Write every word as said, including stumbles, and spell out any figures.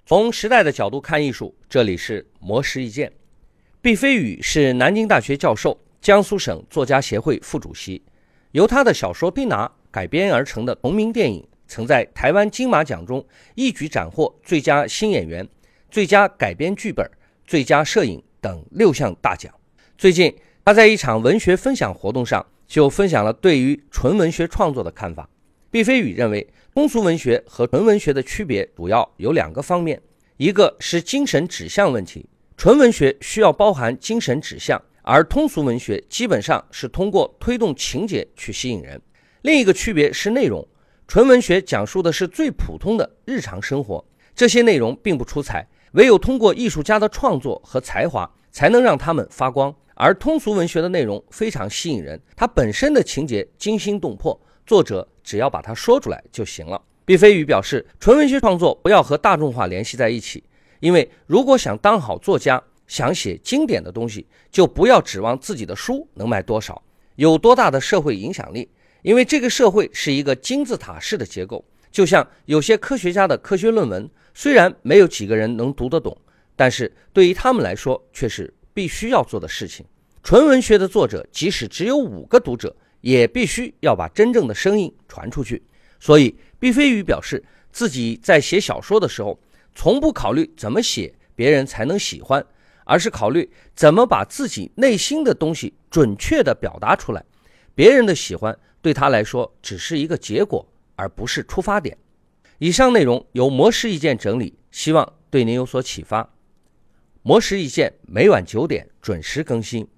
从时代的角度看艺术，这里是魔石一见。毕飞宇是南京大学教授，江苏省作家协会副主席。由他的小说《丁拿》改编而成的同名电影，曾在台湾金马奖中一举斩获最佳新演员、最佳改编剧本、最佳摄影等六项大奖。最近，他在一场文学分享活动上就分享了对于纯文学创作的看法。毕飞宇认为，通俗文学和纯文学的区别主要有两个方面，一个是精神指向问题，纯文学需要包含精神指向，而通俗文学基本上是通过推动情节去吸引人。另一个区别是内容，纯文学讲述的是最普通的日常生活，这些内容并不出彩，唯有通过艺术家的创作和才华才能让他们发光。而通俗文学的内容非常吸引人，它本身的情节惊心动魄，作者只要把它说出来就行了。毕飞宇表示，纯文学创作不要和大众化联系在一起，因为如果想当好作家，想写经典的东西，就不要指望自己的书能卖多少，有多大的社会影响力，因为这个社会是一个金字塔式的结构。就像有些科学家的科学论文，虽然没有几个人能读得懂，但是对于他们来说却是必须要做的事情。纯文学的作者即使只有五个读者，也必须要把真正的声音传出去。所以毕飞宇表示，自己在写小说的时候，从不考虑怎么写别人才能喜欢，而是考虑怎么把自己内心的东西准确地表达出来。别人的喜欢对他来说只是一个结果，而不是出发点。以上内容由魔石意见整理，希望对您有所启发。魔石意见每晚九点准时更新。